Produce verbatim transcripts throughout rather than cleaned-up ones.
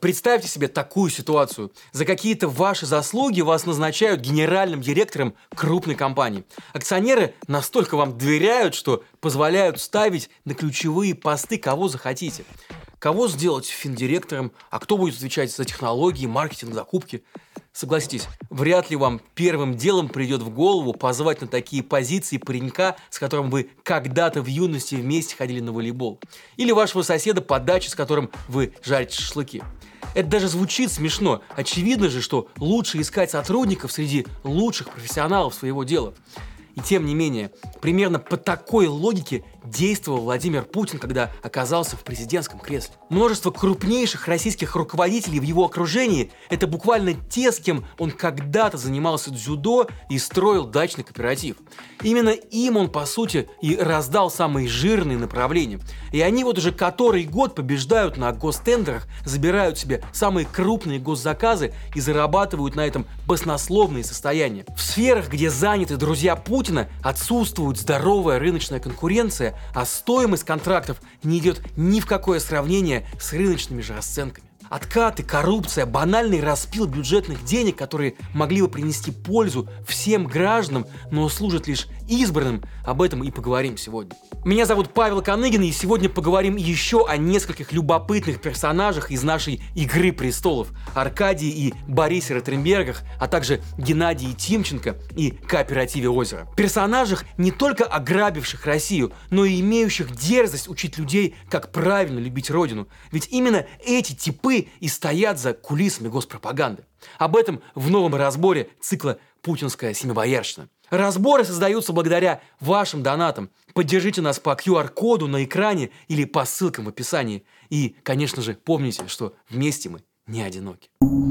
Представьте себе такую ситуацию. За какие-то ваши заслуги вас назначают генеральным директором крупной компании. Акционеры настолько вам доверяют, что позволяют ставить на ключевые посты кого захотите. Кого сделать финдиректором, а кто будет отвечать за технологии, маркетинг, закупки? Согласитесь, вряд ли вам первым делом придет в голову позвать на такие позиции паренька, с которым вы когда-то в юности вместе ходили на волейбол. Или вашего соседа по даче, с которым вы жарите шашлыки. Это даже звучит смешно. Очевидно же, что лучше искать сотрудников среди лучших профессионалов своего дела. И тем не менее, примерно по такой логике действовал Владимир Путин, когда оказался в президентском кресле. Множество крупнейших российских руководителей в его окружении – это буквально те, с кем он когда-то занимался дзюдо и строил дачный кооператив. Именно им он, по сути, и раздал самые жирные направления. И они вот уже который год побеждают на гостендерах, забирают себе самые крупные госзаказы и зарабатывают на этом баснословные состояния. В сферах, где заняты друзья Путина, отсутствует здоровая рыночная конкуренция, а стоимость контрактов не идет ни в какое сравнение с рыночными же расценками. Откаты, коррупция, банальный распил бюджетных денег, которые могли бы принести пользу всем гражданам, но служат лишь избранным, об этом и поговорим сегодня. Меня зовут Павел Коныгин, и сегодня поговорим еще о нескольких любопытных персонажах из нашей «Игры престолов» – Аркадии и Борисе Ротенбергах, а также Геннадии Тимченко и кооперативе «Озеро». Персонажах, не только ограбивших Россию, но и имеющих дерзость учить людей, как правильно любить родину. Ведь именно эти типы и стоят за кулисами госпропаганды. Об этом в новом разборе цикла «Путинская семибоярщина». Разборы создаются благодаря вашим донатам. Поддержите нас по ку ар коду на экране или по ссылкам в описании. И, конечно же, помните, что вместе мы не одиноки.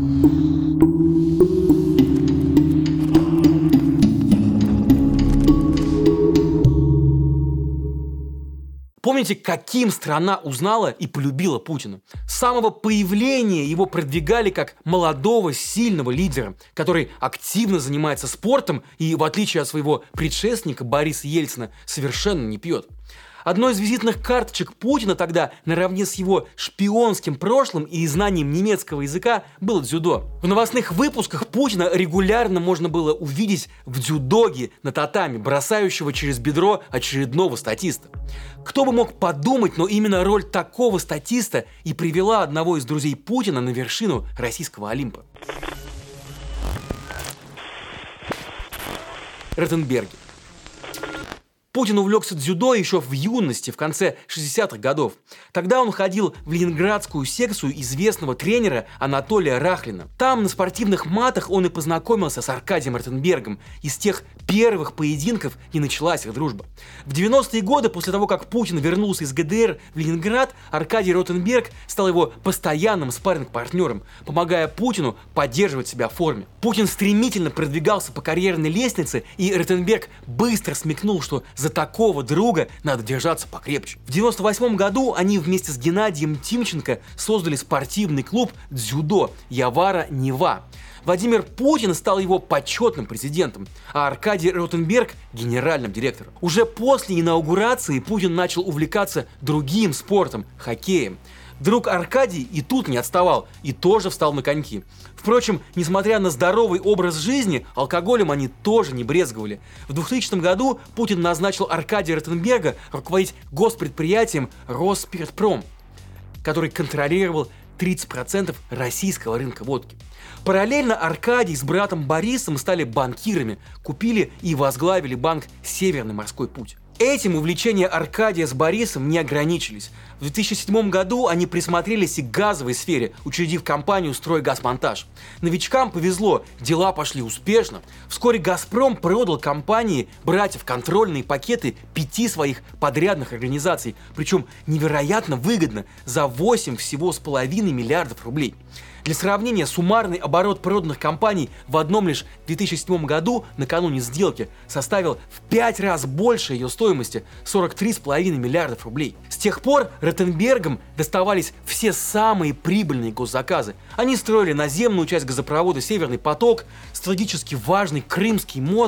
Помните, каким страна узнала и полюбила Путина? С самого появления его продвигали как молодого, сильного лидера, который активно занимается спортом и, в отличие от своего предшественника Бориса Ельцина, совершенно не пьет. Одной из визитных карточек Путина тогда, наравне с его шпионским прошлым и знанием немецкого языка, было дзюдо. В новостных выпусках Путина регулярно можно было увидеть в дзюдоге на татами, бросающего через бедро очередного статиста. Кто бы мог подумать, но именно роль такого статиста и привела одного из друзей Путина на вершину российского Олимпа. Ротенберги. Путин увлекся дзюдо еще в юности, в конце шестидесятых годов. Тогда он ходил в ленинградскую секцию известного тренера Анатолия Рахлина. Там, на спортивных матах, он и познакомился с Аркадием Ротенбергом. И с тех первых поединков и началась их дружба. В девяностые годы, после того, как Путин вернулся из гэ дэ эр в Ленинград, Аркадий Ротенберг стал его постоянным спарринг-партнером, помогая Путину поддерживать себя в форме. Путин стремительно продвигался по карьерной лестнице, и Ротенберг быстро смекнул, что за такого друга надо держаться покрепче. В девяносто восьмом году они вместе с Геннадием Тимченко создали спортивный клуб дзюдо «Явара-Нева». Владимир Путин стал его почетным президентом, а Аркадий Ротенберг – генеральным директором. Уже после инаугурации Путин начал увлекаться другим спортом – хоккеем. Друг Аркадий и тут не отставал, и тоже встал на коньки. Впрочем, несмотря на здоровый образ жизни, алкоголем они тоже не брезговали. В двухтысячном году Путин назначил Аркадия Ротенберга руководить госпредприятием «Росспиртпром», который контролировал тридцать процентов российского рынка водки. Параллельно Аркадий с братом Борисом стали банкирами, купили и возглавили банк «Северный морской путь». Этим увлечения Аркадия с Борисом не ограничились. В две тысячи седьмом году они присмотрелись и к газовой сфере, учредив компанию «Стройгазмонтаж». Новичкам повезло, дела пошли успешно. Вскоре «Газпром» продал компании братьев контрольные пакеты пяти своих подрядных организаций, причем невероятно выгодно, за восемь всего с половиной миллиардов рублей. Для сравнения, суммарный оборот проданных компаний в одном лишь две тысячи седьмом году, накануне сделки, составил в пять раз больше ее стоимости – сорок три с половиной миллиардов рублей. С тех пор Ротенбергам доставались все самые прибыльные госзаказы. Они строили наземную часть газопровода «Северный поток», стратегически важный Крымский мост,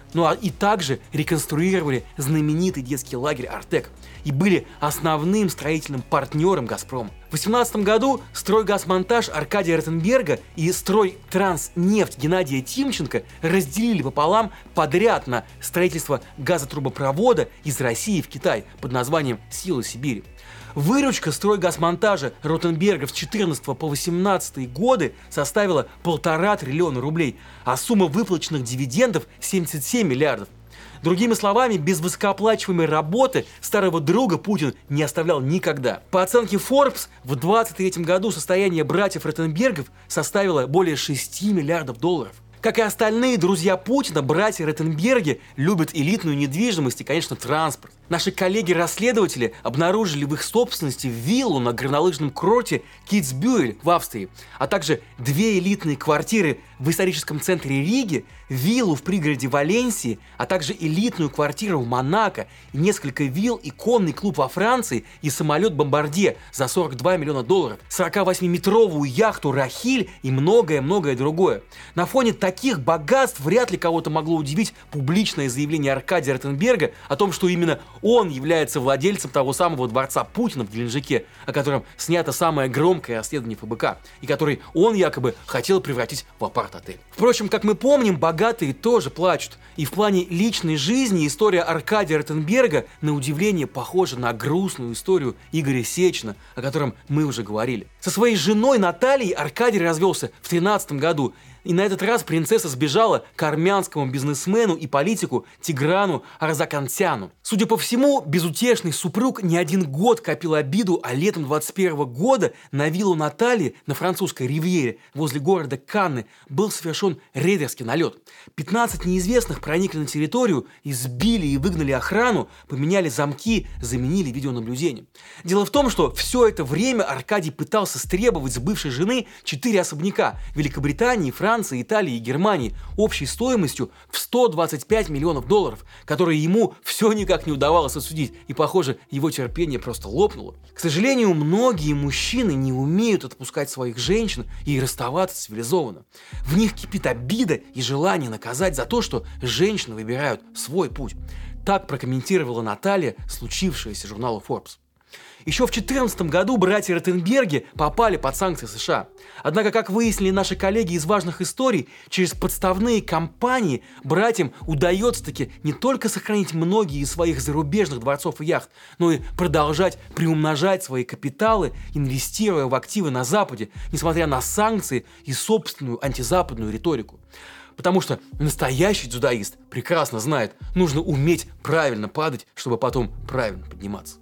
Ну а и также реконструировали знаменитый детский лагерь «Артек» и были основным строительным партнером «Газпрома». В две тысячи восемнадцатом году «Стройгазмонтаж» Аркадия Ротенберга и «Стройтранснефть» Геннадия Тимченко разделили пополам подряд на строительство газотрубопровода из России в Китай под названием «Сила Сибири». Выручка стройгазмонтажа Ротенберга с четырнадцатого по восемнадцатый годы составила полтора триллиона рублей, а сумма выплаченных дивидендов – семьдесят семь миллиардов. Другими словами, без высокооплачиваемой работы старого друга Путин не оставлял никогда. По оценке Forbes, в двадцать третьем году состояние братьев Ротенбергов составило более шести миллиардов долларов. Как и остальные друзья Путина, братья Ротенберги любят элитную недвижимость и, конечно, транспорт. Наши коллеги-расследователи обнаружили в их собственности виллу на горнолыжном курорте Китсбюэль в Австрии, а также две элитные квартиры в историческом центре Риги, виллу в пригороде Валенсии, а также элитную квартиру в Монако, и несколько вилл и конный клуб во Франции и самолет «Бомбардье» за сорок два миллиона долларов, сорокавосьмиметровую яхту «Рахиль» и многое-многое другое. На фоне таких богатств вряд ли кого-то могло удивить публичное заявление Аркадия Ротенберга о том, что именно он является владельцем того самого дворца Путина в Геленджике, о котором снято самое громкое расследование эф бэ ка, и который он якобы хотел превратить в апарт-отель. Впрочем, как мы помним, богатые тоже плачут. И в плане личной жизни история Аркадия Ротенберга на удивление похожа на грустную историю Игоря Сечина, о котором мы уже говорили. Со своей женой Натальей Аркадий развелся в две тысячи тринадцатом году. И на этот раз принцесса сбежала к армянскому бизнесмену и политику Тиграну Арзакантяну. Судя по всему, безутешный супруг не один год копил обиду, а летом двадцать первого года на виллу Натальи на французской ривьере возле города Канны был совершен рейдерский налет. пятнадцать неизвестных проникли на территорию, избили и выгнали охрану, поменяли замки, заменили видеонаблюдение. Дело в том, что все это время Аркадий пытался стребовать с бывшей жены четыре особняка в Великобритании, Франции, Франции, Италии и Германии общей стоимостью в сто двадцать пять миллионов долларов, которые ему все никак не удавалось отсудить, и, похоже, его терпение просто лопнуло. К сожалению, многие мужчины не умеют отпускать своих женщин и расставаться цивилизованно. В них кипит обида и желание наказать за то, что женщины выбирают свой путь. Так прокомментировала Наталья случившееся журналу Forbes. Еще в две тысячи четырнадцатом году братья Ротенберги попали под санкции США. Однако, как выяснили наши коллеги из важных историй, через подставные компании братьям удается-таки не только сохранить многие из своих зарубежных дворцов и яхт, но и продолжать приумножать свои капиталы, инвестируя в активы на Западе, несмотря на санкции и собственную антизападную риторику. Потому что настоящий дзюдоист прекрасно знает, нужно уметь правильно падать, чтобы потом правильно подниматься.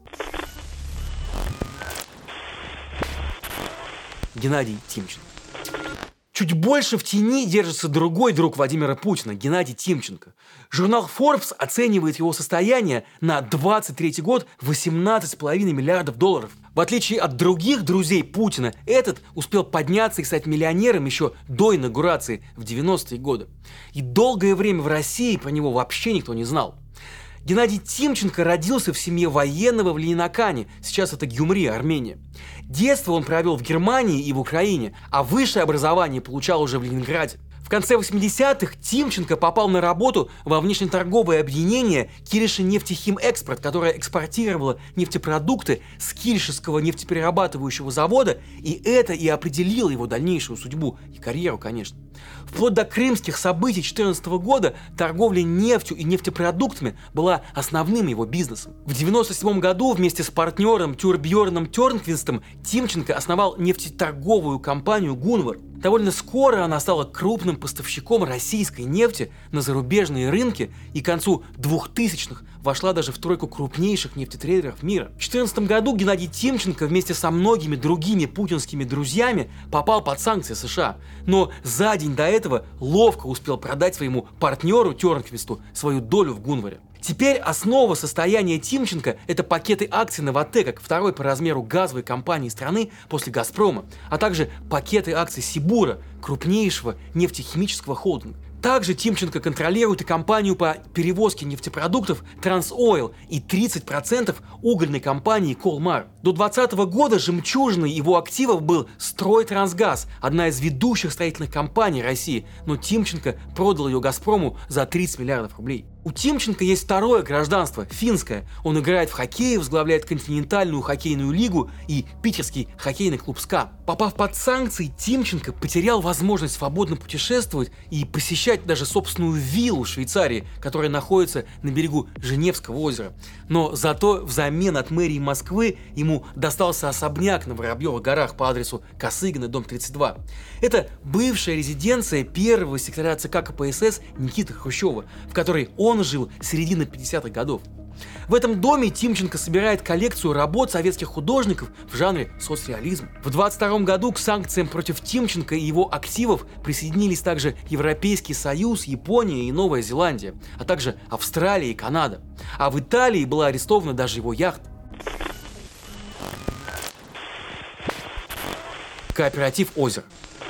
Геннадий Тимченко. Чуть больше в тени держится другой друг Владимира Путина, Геннадий Тимченко. Журнал Forbes оценивает его состояние на двадцать третий год в восемнадцать с половиной миллиардов долларов. В отличие от других друзей Путина, этот успел подняться и стать миллионером еще до инаугурации в девяностые годы. И долгое время в России про него вообще никто не знал. Геннадий Тимченко родился в семье военного в Ленинакане, сейчас это Гюмри, Армения. Детство он провел в Германии и в Украине, а высшее образование получал уже в Ленинграде. В конце восьмидесятых Тимченко попал на работу во внешнеторговое объединение «Кириши-нефтехимэкспорт», которое экспортировало нефтепродукты с Киришевского нефтеперерабатывающего завода, и это и определило его дальнейшую судьбу и карьеру, конечно. Вплоть до крымских событий две тысячи четырнадцатого года торговля нефтью и нефтепродуктами была основным его бизнесом. В девяносто седьмом году вместе с партнером Тюрбьерном Тернквистом Тимченко основал нефтеторговую компанию «Гунвар». Довольно скоро она стала крупным поставщиком российской нефти на зарубежные рынки и к концу двухтысячных вошла даже в тройку крупнейших нефтетрейдеров мира. В две тысячи четырнадцатом году Геннадий Тимченко вместе со многими другими путинскими друзьями попал под санкции США, но за день до этого ловко успел продать своему партнеру Тернквисту свою долю в Гунваре. Теперь основа состояния Тимченко – это пакеты акций Новатэк, как второй по размеру газовой компании страны после «Газпрома», а также пакеты акций Сибура, крупнейшего нефтехимического холдинга. Также Тимченко контролирует и компанию по перевозке нефтепродуктов Трансойл и тридцать процентов угольной компании Колмар. До двадцатого года жемчужиной его активов был Стройтрансгаз, одна из ведущих строительных компаний России, но Тимченко продал ее Газпрому за тридцать миллиардов рублей. У Тимченко есть второе гражданство, финское. Он играет в хоккей, возглавляет континентальную хоккейную лигу и питерский хоккейный клуб «СКА». Попав под санкции, Тимченко потерял возможность свободно путешествовать и посещать даже собственную виллу в Швейцарии, которая находится на берегу Женевского озера. Но зато взамен от мэрии Москвы ему достался особняк на Воробьевых горах по адресу Косыгина, дом тридцать два. Это бывшая резиденция первого секретаря ЦК КПСС Никиты Хрущева, в которой он жил с середины пятидесятых годов. В этом доме Тимченко собирает коллекцию работ советских художников в жанре соцреализм. В двадцать втором году к санкциям против Тимченко и его активов присоединились также Европейский Союз, Япония и Новая Зеландия, а также Австралия и Канада. А в Италии была арестована даже его яхта. Кооператив «Озеро».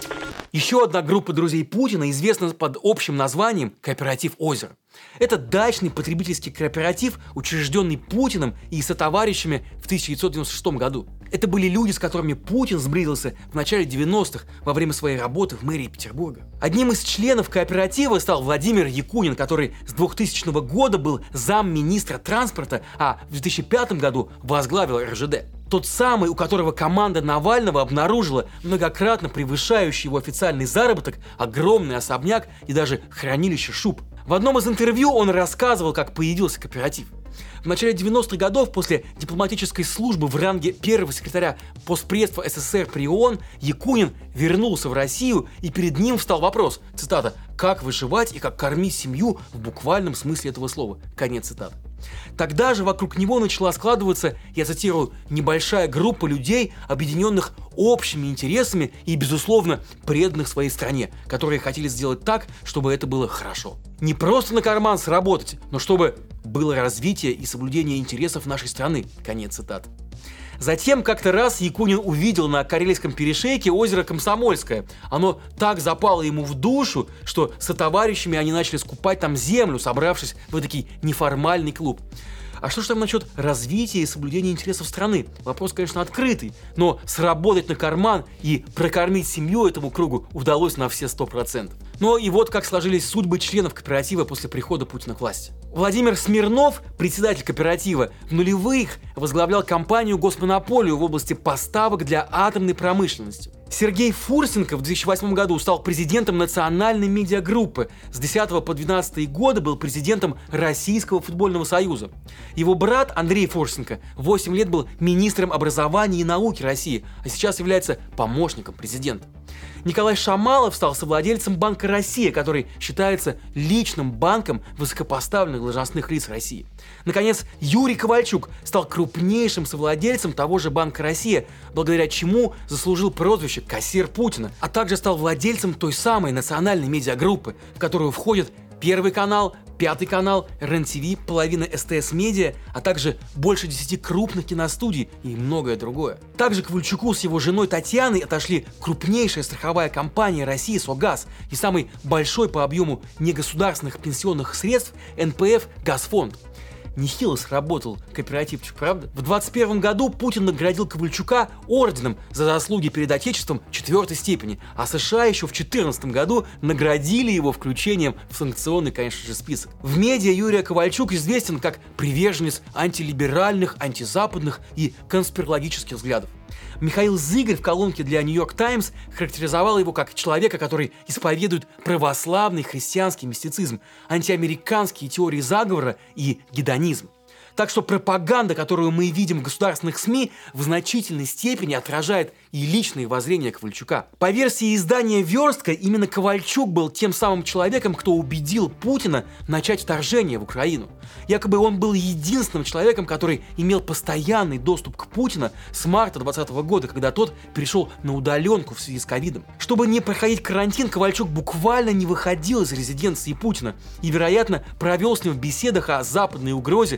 Еще одна группа друзей Путина известна под общим названием «Кооператив «Озеро». Это дачный потребительский кооператив, учрежденный Путиным и сотоварищами в тысяча девятьсот девяносто шестом году. Это были люди, с которыми Путин сблизился в начале девяностых во время своей работы в мэрии Петербурга. Одним из членов кооператива стал Владимир Якунин, который с двухтысячного года был замминистра транспорта, а в две тысячи пятом году возглавил эр жэ дэ. Тот самый, у которого команда Навального обнаружила многократно превышающий его официальный заработок, огромный особняк и даже хранилище шуб. В одном из интервью он рассказывал, как появился кооператив. В начале девяностых годов, после дипломатической службы в ранге первого секретаря Постпредства эс эс эс эр при ООН, Якунин вернулся в Россию, и перед ним встал вопрос, цитата, «как выживать и как кормить семью в буквальном смысле этого слова». Конец цитаты. Тогда же вокруг него начала складываться, я цитирую, «небольшая группа людей, объединенных общими интересами и, безусловно, преданных своей стране, которые хотели сделать так, чтобы это было хорошо. Не просто на карман сработать, но чтобы было развитие и соблюдение интересов нашей страны». Конец цитаты. Затем как-то раз Якунин увидел на Карельском перешейке озеро Комсомольское. Оно так запало ему в душу, что со товарищами они начали скупать там землю, собравшись в такой неформальный клуб. А что ж там насчет развития и соблюдения интересов страны? Вопрос, конечно, открытый, но сработать на карман и прокормить семью этому кругу удалось на все сто процентов. Но и вот как сложились судьбы членов кооператива после прихода Путина к власти. Владимир Смирнов, председатель кооператива, в нулевых возглавлял компанию «Госмонополию» в области поставок для атомной промышленности. Сергей Фурсенко в две тысячи восьмом году стал президентом национальной медиагруппы. С две тысячи десятого по две тысячи двенадцатый годы был президентом Российского футбольного союза. Его брат Андрей Фурсенко восемь лет был министром образования и науки России, а сейчас является помощником президента. Николай Шамалов стал совладельцем Банка России, который считается личным банком высокопоставленных должностных лиц России. Наконец, Юрий Ковальчук стал крупнейшим совладельцем того же Банка России, благодаря чему заслужил прозвище «Кассир Путина», а также стал владельцем той самой национальной медиагруппы, в которую входят Первый канал, Пятый канал, эр эн ти ви, половина эс тэ эс Медиа, а также больше десяти крупных киностудий и многое другое. Также к Ковальчуку с его женой Татьяной отошли крупнейшая страховая компания России «Согаз» и самый большой по объему негосударственных пенсионных средств эн пэ эф «Газфонд». Нехило сработал кооперативчик, правда? В двадцать первом году Путин наградил Ковальчука орденом за заслуги перед Отечеством четвертой степени, а США еще в две тысячи четырнадцатом году наградили его включением в санкционный, конечно же, список. В медиа Юрий Ковальчук известен как приверженец антилиберальных, антизападных и конспирологических взглядов. Михаил Зыгорь в колонке для «Нью-Йорк Таймс» характеризовал его как человека, который исповедует православный христианский мистицизм, антиамериканские теории заговора и гедонизм. Так что пропаганда, которую мы видим в государственных СМИ, в значительной степени отражает и личные воззрения Ковальчука. По версии издания «Верстка», именно Ковальчук был тем самым человеком, кто убедил Путина начать вторжение в Украину. Якобы он был единственным человеком, который имел постоянный доступ к Путину с марта двадцатого года, когда тот перешел на удаленку в связи с ковидом. Чтобы не проходить карантин, Ковальчук буквально не выходил из резиденции Путина и, вероятно, провел с ним в беседах о западной угрозе не один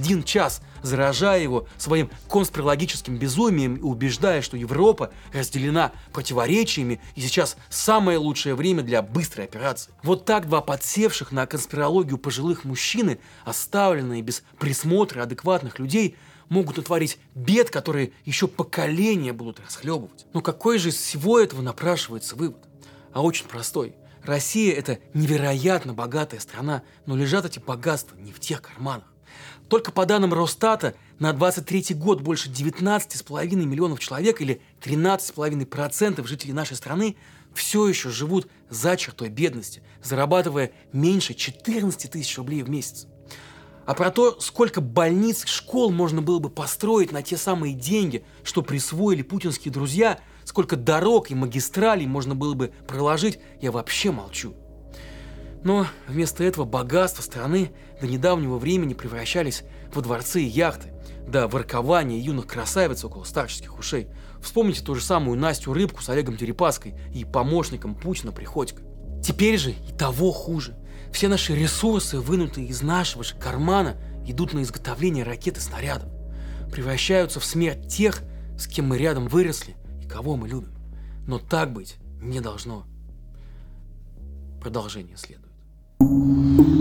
один час, заражая его своим конспирологическим безумием и убеждая, что Европа разделена противоречиями и сейчас самое лучшее время для быстрой операции. Вот так два подсевших на конспирологию пожилых мужчины, оставленные без присмотра адекватных людей, могут натворить бед, которые еще поколения будут расхлебывать. Но какой же из всего этого напрашивается вывод? А очень простой. Россия – это невероятно богатая страна, но лежат эти богатства не в тех карманах. Только по данным Росстата на двадцать третий год больше девятнадцать с половиной миллионов человек или тринадцать с половиной процентов жителей нашей страны все еще живут за чертой бедности, зарабатывая меньше четырнадцати тысяч рублей в месяц. А про то, сколько больниц и школ можно было бы построить на те самые деньги, что присвоили путинские друзья, сколько дорог и магистралей можно было бы проложить, я вообще молчу. Но вместо этого богатства страны до недавнего времени превращались во дворцы и яхты, до воркования юных красавиц около старческих ушей. Вспомните ту же самую Настю Рыбку с Олегом Дерипаской и помощником Путина Приходько. Теперь же и того хуже. Все наши ресурсы, вынутые из нашего же кармана, идут на изготовление ракет и снарядов. Превращаются в смерть тех, с кем мы рядом выросли и кого мы любим. Но так быть не должно. Продолжение следует.